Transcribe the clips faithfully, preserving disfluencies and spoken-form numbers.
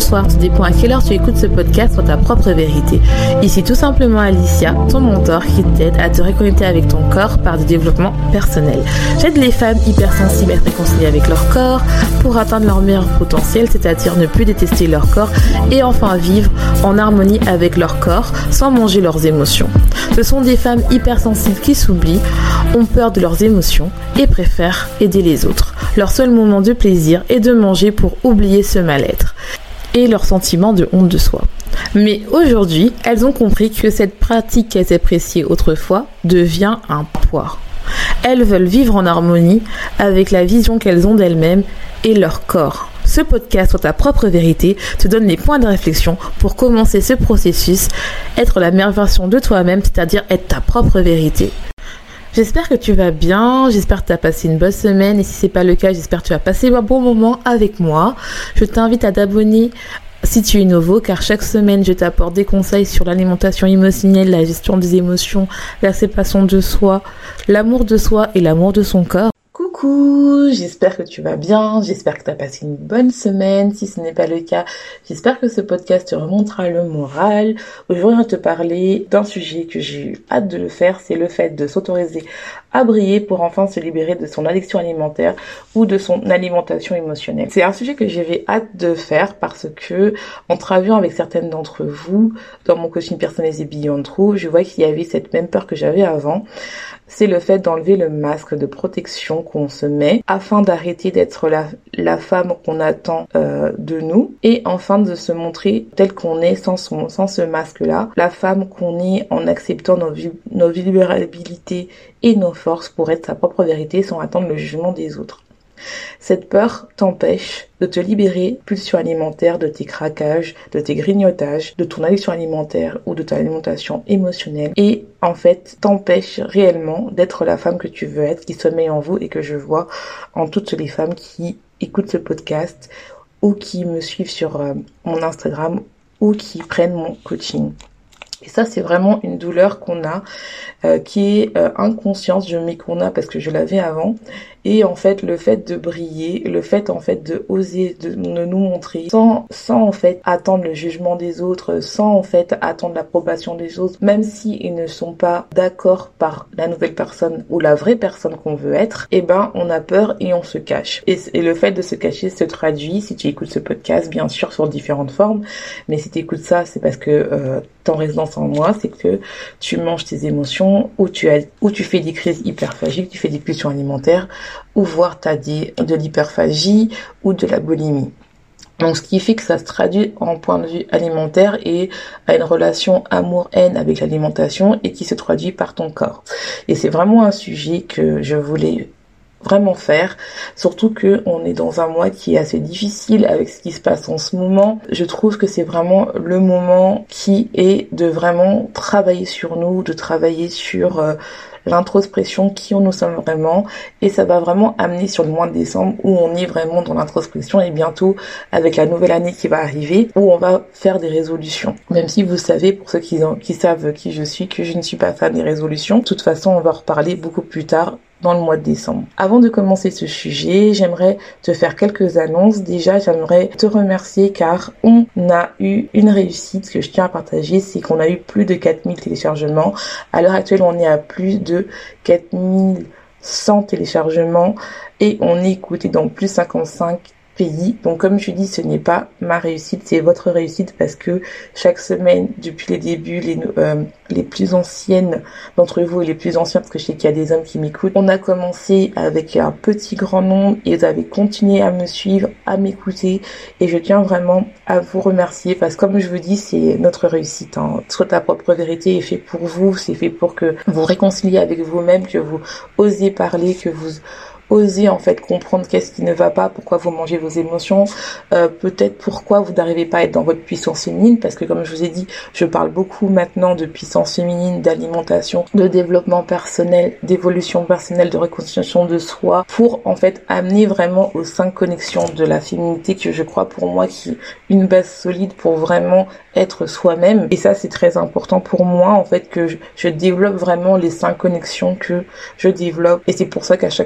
bonsoir, tout dépend à quelle heure tu écoutes ce podcast sur ta propre vérité. Ici tout simplement Alicia, ton mentor qui t'aide à te reconnecter avec ton corps par du développement personnel. J'aide les femmes hypersensibles à se réconcilier avec leur corps pour atteindre leur meilleur potentiel, c'est-à-dire ne plus détester leur corps et enfin vivre en harmonie avec leur corps sans manger leurs émotions. Ce sont des femmes hypersensibles qui s'oublient, ont peur de leurs émotions et préfèrent aider les autres. Leur seul moment de plaisir est de manger pour oublier ce mal-être et leur sentiment de honte de soi. Mais aujourd'hui, elles ont compris que cette pratique qu'elles appréciaient autrefois devient un poids. Elles veulent vivre en harmonie avec la vision qu'elles ont d'elles-mêmes et leur corps. Ce podcast sur ta propre vérité te donne les points de réflexion pour commencer ce processus, être la meilleure version de toi-même, c'est-à-dire être ta propre vérité. J'espère que tu vas bien, j'espère que tu as passé une bonne semaine et si c'est pas le cas, j'espère que tu vas passer un bon moment avec moi. Je t'invite à t'abonner si tu es nouveau car chaque semaine je t'apporte des conseils sur l'alimentation émotionnelle, la gestion des émotions, l'acceptation de soi, l'amour de soi et l'amour de son corps. Coucou, j'espère que tu vas bien, j'espère que tu as passé une bonne semaine. Si ce n'est pas le cas, j'espère que ce podcast te remontera le moral. Aujourd'hui, je vais te parler d'un sujet que j'ai eu hâte de le faire, c'est le fait de s'autoriser à briller pour enfin se libérer de son addiction alimentaire ou de son alimentation émotionnelle. C'est un sujet que j'avais hâte de faire parce que, en travaillant avec certaines d'entre vous, dans mon coaching personnalisé Beyond True, je vois qu'il y avait cette même peur que j'avais avant. C'est le fait d'enlever le masque de protection qu'on se met afin d'arrêter d'être la, la femme qu'on attend euh, de nous et enfin de se montrer telle qu'on est sans, son, sans ce masque-là, la femme qu'on est en acceptant nos, nos vulnérabilités et nos forces pour être sa propre vérité sans attendre le jugement des autres. Cette peur t'empêche de te libérer pulsions alimentaires, de tes craquages, de tes grignotages, de ton addiction alimentaire ou de ton alimentation émotionnelle et en fait t'empêche réellement d'être la femme que tu veux être, qui sommeille en vous et que je vois en toutes les femmes qui écoutent ce podcast ou qui me suivent sur euh, mon Instagram ou qui prennent mon coaching. Et ça, c'est vraiment une douleur qu'on a, euh, qui est euh, inconsciente, je mets qu'on a parce que je l'avais avant. Et en fait, le fait de briller, le fait en fait de oser, de, de nous montrer, sans, sans en fait attendre le jugement des autres, sans en fait attendre l'approbation des autres, même si ils ne sont pas d'accord par la nouvelle personne ou la vraie personne qu'on veut être, eh ben on a peur et on se cache. Et, et le fait de se cacher se traduit, si tu écoutes ce podcast, bien sûr sur différentes formes, mais si tu écoutes ça, c'est parce que euh, t'es en résidence en moi, c'est que tu manges tes émotions, ou tu as, ou tu fais des crises hyperphagiques, tu fais des pulsions alimentaires, ou voire t'as des, de l'hyperphagie ou de la boulimie. Donc ce qui fait que ça se traduit en point de vue alimentaire et à une relation amour-haine avec l'alimentation et qui se traduit par ton corps. Et c'est vraiment un sujet que je voulais vraiment faire, surtout que on est dans un mois qui est assez difficile avec ce qui se passe en ce moment. Je trouve que c'est vraiment le moment qui est de vraiment travailler sur nous, de travailler sur euh, l'introspection, qui nous sommes vraiment, et ça va vraiment amener sur le mois de décembre où on est vraiment dans l'introspection et bientôt avec la nouvelle année qui va arriver où on va faire des résolutions. Même si vous savez, pour ceux qui, ont, qui savent qui je suis, que je ne suis pas fan des résolutions, de toute façon on va en reparler beaucoup plus tard dans le mois de décembre. Avant de commencer ce sujet, j'aimerais te faire quelques annonces. Déjà, j'aimerais te remercier car on a eu une réussite que je tiens à partager, c'est qu'on a eu plus de quatre mille téléchargements. À l'heure actuelle, on est à plus de quatre mille cent téléchargements et on est écouté dans plus de cinquante-cinq pays. Donc comme je dis, ce n'est pas ma réussite, c'est votre réussite parce que chaque semaine, depuis les débuts, les, euh, les plus anciennes d'entre vous et les plus anciens, parce que je sais qu'il y a des hommes qui m'écoutent, on a commencé avec un petit grand nombre et vous avez continué à me suivre, à m'écouter et je tiens vraiment à vous remercier parce que comme je vous dis, c'est notre réussite. Hein. Soit ta propre vérité est fait pour vous, c'est fait pour que vous réconciliez avec vous-même, que vous osez parler, que vous osez en fait comprendre qu'est-ce qui ne va pas, pourquoi vous mangez vos émotions, euh, peut-être pourquoi vous n'arrivez pas à être dans votre puissance féminine, parce que comme je vous ai dit, je parle beaucoup maintenant de puissance féminine, d'alimentation, de développement personnel, d'évolution personnelle, de réconciliation de soi, pour en fait amener vraiment aux cinq connexions de la féminité que je crois pour moi qui est une base solide pour vraiment être soi-même. Et ça c'est très important pour moi en fait que je, je développe vraiment les cinq connexions que je développe et c'est pour ça qu'à chaque fois vous avez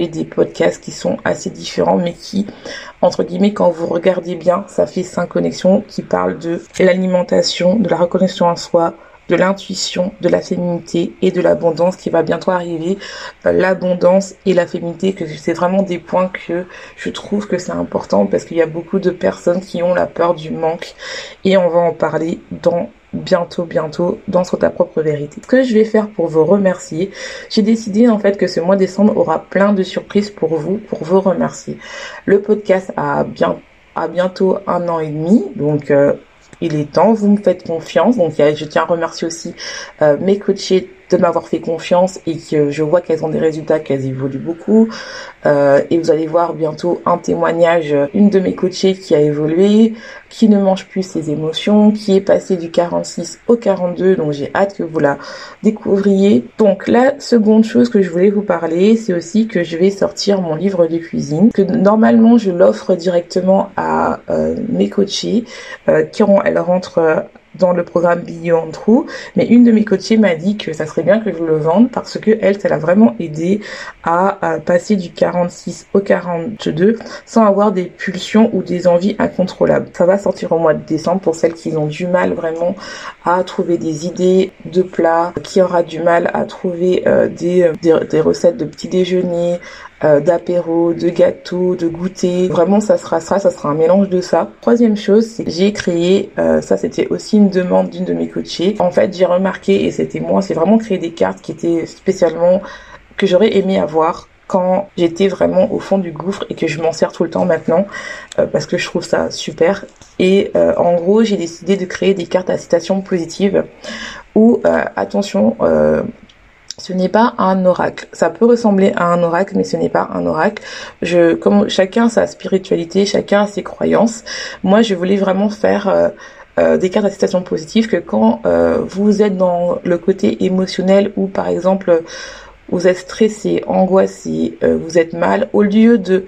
avez des podcasts qui sont assez différents, mais qui, entre guillemets, quand vous regardez bien, ça fait cinq connexions qui parlent de l'alimentation, de la reconnexion en soi, de l'intuition, de la féminité et de l'abondance qui va bientôt arriver. Euh, l'abondance et la féminité, que c'est vraiment des points que je trouve que c'est important parce qu'il y a beaucoup de personnes qui ont la peur du manque et on va en parler dans bientôt, bientôt dans Sur ta propre vérité. Ce que je vais faire pour vous remercier, j'ai décidé en fait que ce mois de décembre aura plein de surprises pour vous, pour vous remercier. Le podcast a bien, a bientôt un an et demi, donc euh, il est temps, vous me faites confiance. Donc je tiens à remercier aussi euh, mes coachés de m'avoir fait confiance et que je vois qu'elles ont des résultats, qu'elles évoluent beaucoup. Euh, et vous allez voir bientôt un témoignage, une de mes coachées qui a évolué, qui ne mange plus ses émotions, qui est passée du quarante-six au quarante-deux. Donc j'ai hâte que vous la découvriez. Donc la seconde chose que je voulais vous parler, c'est aussi que je vais sortir mon livre de cuisine. Que normalement je l'offre directement à euh, mes coachées euh, qui ont, elles rentrent euh, dans le programme Beyond True, mais une de mes coachées m'a dit que ça serait bien que je le vende parce que elle, ça l'a vraiment aidé à, à passer du quarante-six au quarante-deux sans avoir des pulsions ou des envies incontrôlables. Ça va sortir au mois de décembre pour celles qui ont du mal vraiment à trouver des idées de plats, qui aura du mal à trouver euh, des, des, des recettes de petit déjeuner, Euh, d'apéro, de gâteaux, de goûter. Vraiment, ça sera ça, ça sera un mélange de ça. Troisième chose, c'est que j'ai créé, euh, ça c'était aussi une demande d'une de mes coachées. En fait, j'ai remarqué, et c'était moi, c'est vraiment créer des cartes qui étaient spécialement, que j'aurais aimé avoir quand j'étais vraiment au fond du gouffre et que je m'en sers tout le temps maintenant euh, parce que je trouve ça super. Et euh, en gros, j'ai décidé de créer des cartes à citation positive où, euh, attention, euh, ce n'est pas un oracle. Ça peut ressembler à un oracle, mais ce n'est pas un oracle. Je, comme chacun a sa spiritualité, chacun a ses croyances. Moi, je voulais vraiment faire euh, euh, des cartes à citation positive que quand euh, vous êtes dans le côté émotionnel ou par exemple vous êtes stressé, angoissé, euh, vous êtes mal, au lieu de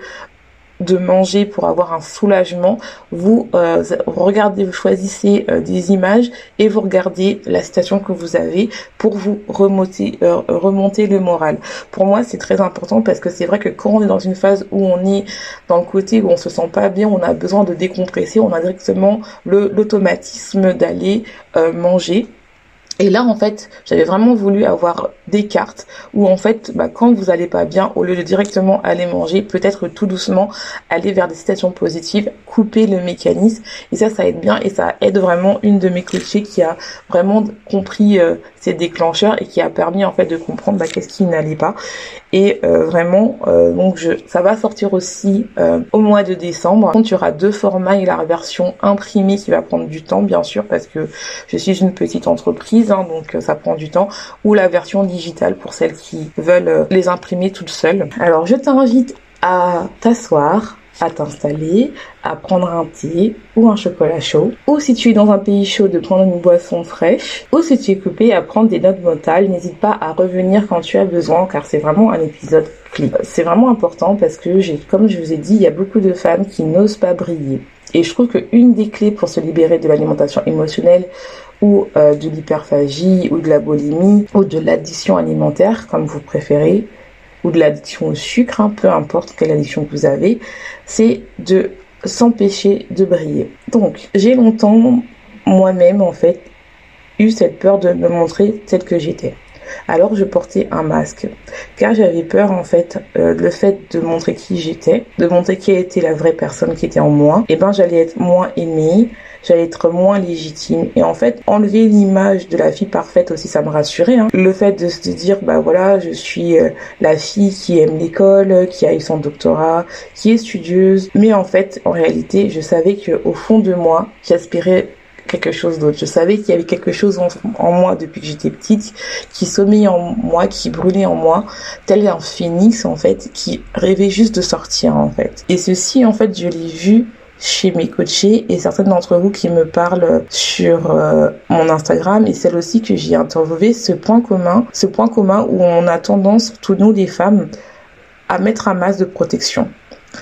de manger pour avoir un soulagement, vous euh, regardez, vous choisissez euh, des images et vous regardez la citation que vous avez pour vous remonter, euh, remonter le moral. Pour moi, c'est très important parce que c'est vrai que quand on est dans une phase où on est dans le côté où on se sent pas bien, on a besoin de décompresser, on a directement le l'automatisme d'aller euh, manger. Et là, en fait, j'avais vraiment voulu avoir des cartes où, en fait, bah, quand vous allez pas bien, au lieu de directement aller manger, peut-être tout doucement, aller vers des citations positives, couper le mécanisme. Et ça, ça aide bien et ça aide vraiment une de mes coachées qui a vraiment compris euh, ces déclencheurs et qui a permis, en fait, de comprendre bah, qu'est-ce qui n'allait pas. Et euh, vraiment, euh, donc je, ça va sortir aussi euh, au mois de décembre. Par contre, il y aura deux formats et la version imprimée qui va prendre du temps, bien sûr, parce que je suis une petite entreprise, hein, donc euh, ça prend du temps, ou la version digitale pour celles qui veulent euh, les imprimer toutes seules. Alors, je t'invite à t'asseoir, à t'installer, à prendre un thé ou un chocolat chaud, ou si tu es dans un pays chaud, de prendre une boisson fraîche, ou si tu es coupé, à prendre des notes mentales. N'hésite pas à revenir quand tu as besoin, car c'est vraiment un épisode clé. C'est vraiment important parce que, j'ai, comme je vous ai dit, il y a beaucoup de femmes qui n'osent pas briller. Et je trouve qu'une des clés pour se libérer de l'alimentation émotionnelle ou euh, de l'hyperphagie ou de la boulimie ou de l'addiction alimentaire, comme vous préférez, ou de l'addiction au sucre, hein, peu importe quelle addiction que vous avez, c'est de s'empêcher de briller. Donc, j'ai longtemps, moi-même, en fait, eu cette peur de me montrer telle que j'étais. Alors, je portais un masque, car j'avais peur, en fait, euh, le fait de montrer qui j'étais, de montrer qui était la vraie personne qui était en moi, et ben, j'allais être moins aimée, j'allais être moins légitime. Et en fait, enlever l'image de la fille parfaite aussi, ça me rassurait. Hein. Le fait de se dire, bah voilà, je suis euh, la fille qui aime l'école, qui a eu son doctorat, qui est studieuse. Mais en fait, en réalité, je savais que au fond de moi, j'aspirais quelque chose d'autre. Je savais qu'il y avait quelque chose en, en moi depuis que j'étais petite, qui sommeillait en moi, qui brûlait en moi, tel un phénix, en fait, qui rêvait juste de sortir, en fait. Et ceci, en fait, je l'ai vu chez mes coachés et certaines d'entre vous qui me parlent sur euh, mon Instagram et celle aussi que j'ai interviewé, ce point commun, ce point commun où on a tendance, surtout nous les femmes, à mettre un masque de protection.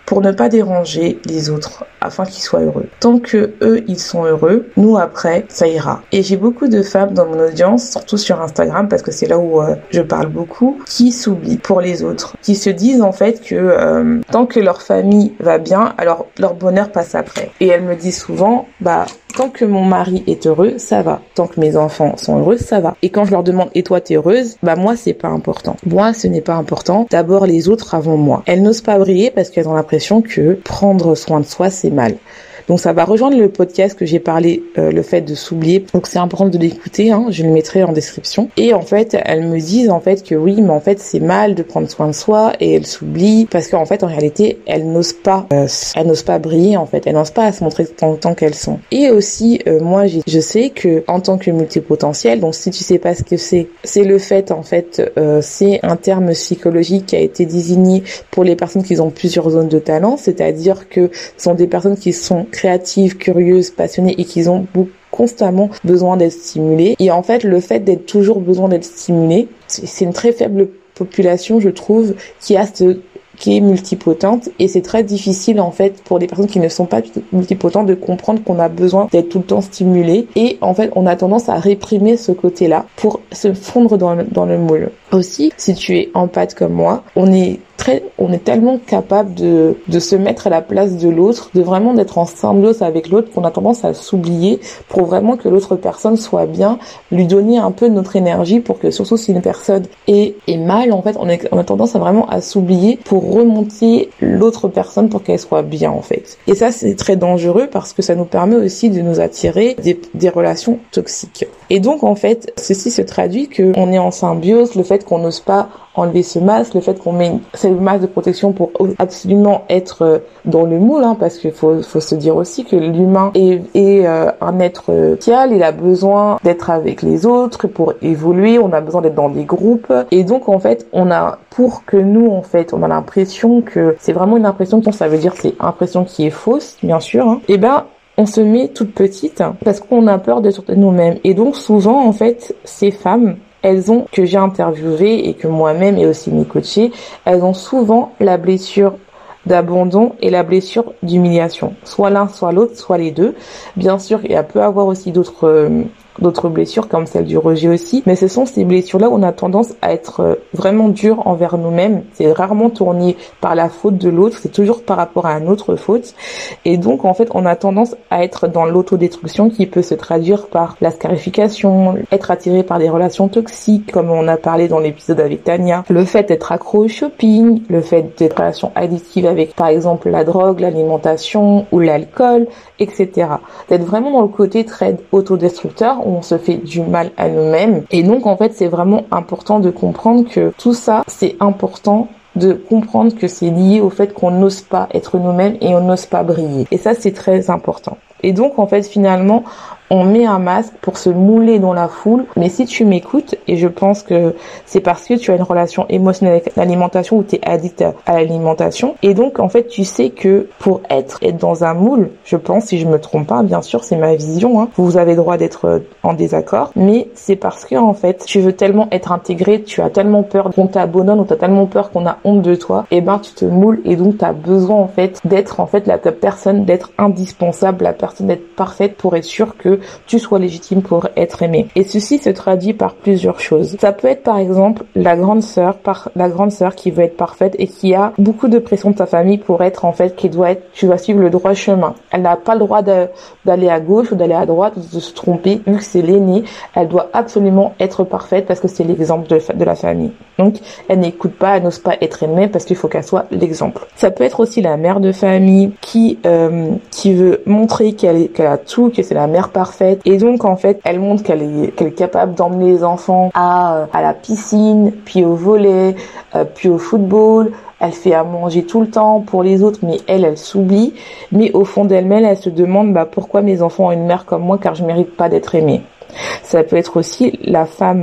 pour ne pas déranger les autres, afin qu'ils soient heureux. Tant que eux, ils sont heureux, nous après, ça ira. Et j'ai beaucoup de femmes dans mon audience, surtout sur Instagram, parce que c'est là où euh, je parle beaucoup, qui s'oublient pour les autres, qui se disent en fait que euh, tant que leur famille va bien, alors leur bonheur passe après. Et elles me disent souvent, bah tant que mon mari est heureux, ça va. Tant que mes enfants sont heureux, ça va. Et quand je leur demande, et toi t'es heureuse? Bah moi c'est pas important. Moi ce n'est pas important. D'abord les autres avant moi. Elles n'osent pas briller parce qu'elles ont l'impression que prendre soin de soi c'est mal. Donc ça va rejoindre le podcast que j'ai parlé, euh, le fait de s'oublier. Donc c'est important de l'écouter, hein, je le mettrai en description. Et en fait, elles me disent en fait que oui, mais en fait c'est mal de prendre soin de soi et elles s'oublient parce qu'en fait en réalité elles n'osent pas, euh, elles n'osent pas briller en fait, elles n'osent pas à se montrer tant, tant qu'elles sont. Et aussi euh, moi j'ai, je sais que en tant que multipotentiel, donc si tu sais pas ce que c'est, c'est le fait en fait, euh, c'est un terme psychologique qui a été désigné pour les personnes qui ont plusieurs zones de talent, c'est-à-dire que ce sont des personnes qui sont créatives, curieuses, passionnées et qui ont beaucoup constamment besoin d'être stimulées. Et en fait, le fait d'être toujours besoin d'être stimulé, c'est une très faible population, je trouve, qui a ce qui est multipotente et c'est très difficile en fait pour les personnes qui ne sont pas multipotentes de comprendre qu'on a besoin d'être tout le temps stimulé et en fait on a tendance à réprimer ce côté-là pour se fondre dans le, dans le moule. Aussi, si tu es empathe comme moi, on est très, on est tellement capable de, de se mettre à la place de l'autre, de vraiment d'être en symbiose avec l'autre qu'on a tendance à s'oublier pour vraiment que l'autre personne soit bien, lui donner un peu de notre énergie pour que surtout si une personne est, est mal, en fait, on, est, on a tendance à vraiment à s'oublier pour remonter l'autre personne pour qu'elle soit bien, en fait. Et ça, c'est très dangereux parce que ça nous permet aussi de nous attirer des, des relations toxiques. Et donc, en fait, ceci se traduit qu'on est en symbiose, le fait qu'on n'ose pas enlever ce masque, le fait qu'on met ce masque de protection pour absolument être dans le moule, hein, parce qu'il faut, faut se dire aussi que l'humain est, est euh, un être social, il a besoin d'être avec les autres pour évoluer, on a besoin d'être dans des groupes, et donc en fait, on a, pour que nous, en fait, on a l'impression que c'est vraiment une impression, ça veut dire c'est impression qui est fausse, bien sûr, hein, et ben on se met toute petite parce qu'on a peur d'être nous-mêmes. Et donc souvent, en fait, ces femmes, elles ont, que j'ai interviewées et que moi-même et aussi mes coachés, elles ont souvent la blessure d'abandon et la blessure d'humiliation. Soit l'un, soit l'autre, soit les deux. Bien sûr, il peut y avoir aussi d'autres... Euh, d'autres blessures comme celle du rejet aussi, mais ce sont ces blessures-là où on a tendance à être vraiment dur envers nous-mêmes. C'est rarement tourné par la faute de l'autre, c'est toujours par rapport à une autre faute. Et donc, en fait, on a tendance à être dans l'autodestruction qui peut se traduire par la scarification, être attiré par des relations toxiques, comme on a parlé dans l'épisode avec Tania, le fait d'être accro au shopping, le fait d'être en relation addictive avec, par exemple, la drogue, l'alimentation ou l'alcool, et cetera. D'être vraiment dans le côté très autodestructeur, où on se fait du mal à nous-mêmes. Et donc, en fait, c'est vraiment important de comprendre que tout ça, c'est important de comprendre que c'est lié au fait qu'on n'ose pas être nous-mêmes et on n'ose pas briller. Et ça, c'est très important. Et donc, en fait, finalement, on met un masque pour se mouler dans la foule. Mais si tu m'écoutes, et je pense que c'est parce que tu as une relation émotionnelle avec l'alimentation ou tu es addict à, à l'alimentation. Et donc, en fait, tu sais que pour être, être dans un moule, je pense, si je me trompe pas, bien sûr, c'est ma vision, hein, vous avez le droit d'être en désaccord, mais c'est parce que, en fait, tu veux tellement être intégré, tu as tellement peur qu'on t'abandonne ou tu as tellement peur qu'on a honte de toi, et ben, tu te moules et donc tu as besoin, en fait, d'être, en fait, la personne, d'être indispensable, la personne d'être parfaite pour être sûr que tu sois légitime pour être aimé. Et ceci se traduit par plusieurs choses. Ça peut être par exemple la grande sœur, par la grande sœur qui veut être parfaite et qui a beaucoup de pression de sa famille pour être en fait, qui doit être, tu vas suivre le droit chemin. Elle n'a pas le droit de, d'aller à gauche ou d'aller à droite, ou de se tromper, vu que c'est l'aînée. Elle doit absolument être parfaite parce que c'est l'exemple de, de la famille. Donc, elle n'écoute pas, elle n'ose pas être aimée parce qu'il faut qu'elle soit l'exemple. Ça peut être aussi la mère de famille qui euh, qui veut montrer qu'elle, est, qu'elle a tout, que c'est la mère parfaite. Et donc, en fait, elle montre qu'elle est, qu'elle est capable d'emmener les enfants à, à la piscine, puis au volley, euh, puis au football. Elle fait à manger tout le temps pour les autres, mais elle, elle s'oublie. Mais au fond d'elle-même, elle se demande bah, pourquoi mes enfants ont une mère comme moi, car je mérite pas d'être aimée. Ça peut être aussi la femme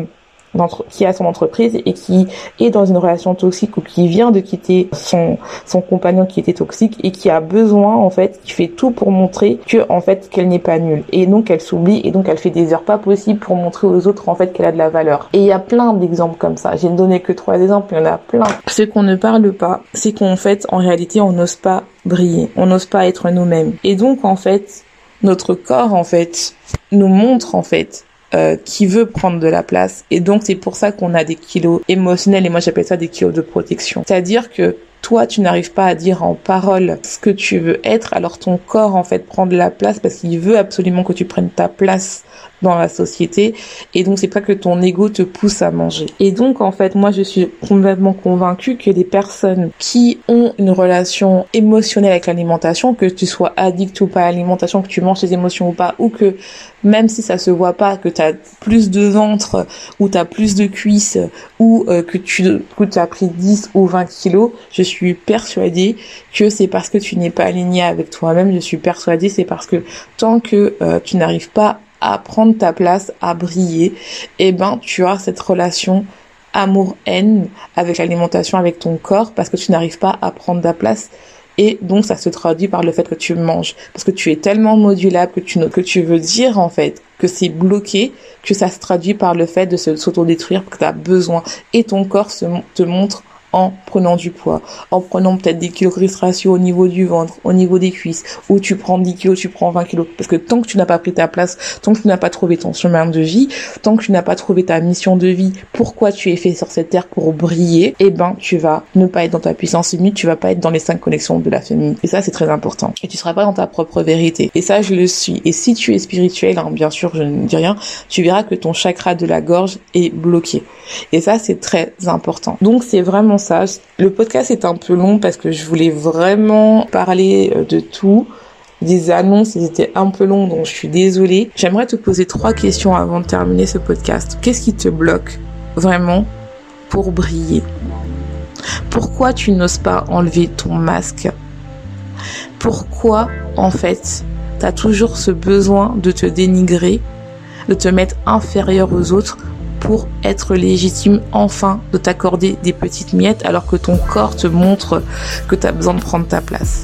qui a son entreprise et qui est dans une relation toxique ou qui vient de quitter son son compagnon qui était toxique et qui a besoin en fait, qui fait tout pour montrer que en fait qu'elle n'est pas nulle et donc elle s'oublie et donc elle fait des heures pas possibles pour montrer aux autres en fait qu'elle a de la valeur. Et il y a plein d'exemples comme ça. J'ai donné que trois exemples, il y en a plein. Ce qu'on ne parle pas, c'est qu'en fait en réalité on n'ose pas briller, on n'ose pas être nous-mêmes. Et donc en fait notre corps en fait nous montre en fait Euh, qui veut prendre de la place et donc c'est pour ça qu'on a des kilos émotionnels et moi j'appelle ça des kilos de protection. C'est-à-dire que toi tu n'arrives pas à dire en parole ce que tu veux être, alors ton corps en fait prend de la place parce qu'il veut absolument que tu prennes ta place dans la société et donc c'est pas que ton ego te pousse à manger. Et donc en fait moi je suis complètement convaincue que des personnes qui ont une relation émotionnelle avec l'alimentation, que tu sois addict ou pas à l'alimentation, que tu manges tes émotions ou pas, ou que même si ça se voit pas, que tu as plus de ventre ou tu as plus de cuisses ou euh, que tu que tu as pris dix ou vingt kilos, je suis persuadée que c'est parce que tu n'es pas aligné avec toi-même. Je suis persuadée c'est parce que tant que euh, tu n'arrives pas à prendre ta place, à briller, eh ben tu as cette relation amour-haine avec l'alimentation, avec ton corps, parce que tu n'arrives pas à prendre ta place. Et donc ça se traduit par le fait que tu manges, parce que tu es tellement modulable que tu que tu veux dire en fait que c'est bloqué, que ça se traduit par le fait de se s'autodétruire, que tu as besoin et ton corps se, te montre en prenant du poids, en prenant peut-être des kilos ratio au niveau du ventre, au niveau des cuisses, où tu prends dix kilos, tu prends vingt kilos, parce que tant que tu n'as pas pris ta place, tant que tu n'as pas trouvé ton chemin de vie, tant que tu n'as pas trouvé ta mission de vie, pourquoi tu es fait sur cette terre pour briller, eh ben tu vas ne pas être dans ta puissance féminine, tu vas pas être dans les cinq connexions de la féminine, et ça c'est très important, et tu seras pas dans ta propre vérité, et ça je le suis, et si tu es spirituel, hein, bien sûr je ne dis rien, tu verras que ton chakra de la gorge est bloqué, et ça c'est très important. Donc c'est vraiment ça. Le podcast est un peu long parce que je voulais vraiment parler de tout, des annonces, c'était un peu long donc je suis désolée. J'aimerais te poser trois questions avant de terminer ce podcast. Qu'est-ce qui te bloque vraiment pour briller? Pourquoi tu n'oses pas enlever ton masque? Pourquoi en fait t'as toujours ce besoin de te dénigrer, de te mettre inférieur aux autres pour être légitime enfin de t'accorder des petites miettes alors que ton corps te montre que tu as besoin de prendre ta place?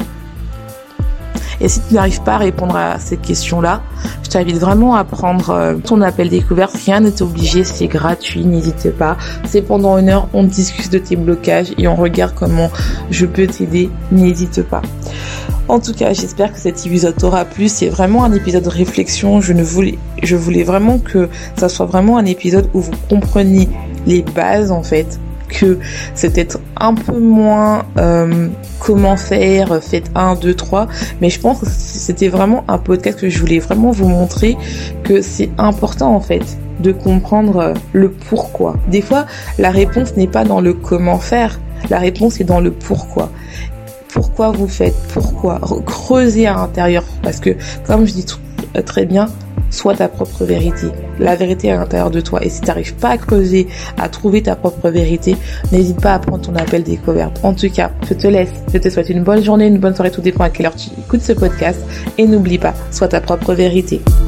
Et si tu n'arrives pas à répondre à ces questions-là, je t'invite vraiment à prendre ton appel découverte. Rien n'est obligé, c'est gratuit, n'hésite pas. C'est pendant une heure, on discute de tes blocages et on regarde comment je peux t'aider, n'hésite pas. En tout cas, j'espère que cet épisode t'aura plu. C'est vraiment un épisode de réflexion. Je ne voulais, je voulais vraiment que ça soit vraiment un épisode où vous compreniez les bases, en fait, que c'était un peu moins euh, comment faire, faites un, deux, trois. Mais je pense que c'était vraiment un podcast que je voulais vraiment vous montrer que c'est important, en fait, de comprendre le pourquoi. Des fois, la réponse n'est pas dans le comment faire. La réponse est dans le pourquoi. Pourquoi vous faites, pourquoi, creusez à l'intérieur, parce que comme je dis t- très bien, sois ta propre vérité, la vérité à l'intérieur de toi, et si tu n'arrives pas à creuser, à trouver ta propre vérité, n'hésite pas à prendre ton appel découverte. En tout cas, je te laisse, je te souhaite une bonne journée, une bonne soirée, tout dépend à quelle heure tu écoutes ce podcast, et n'oublie pas, sois ta propre vérité.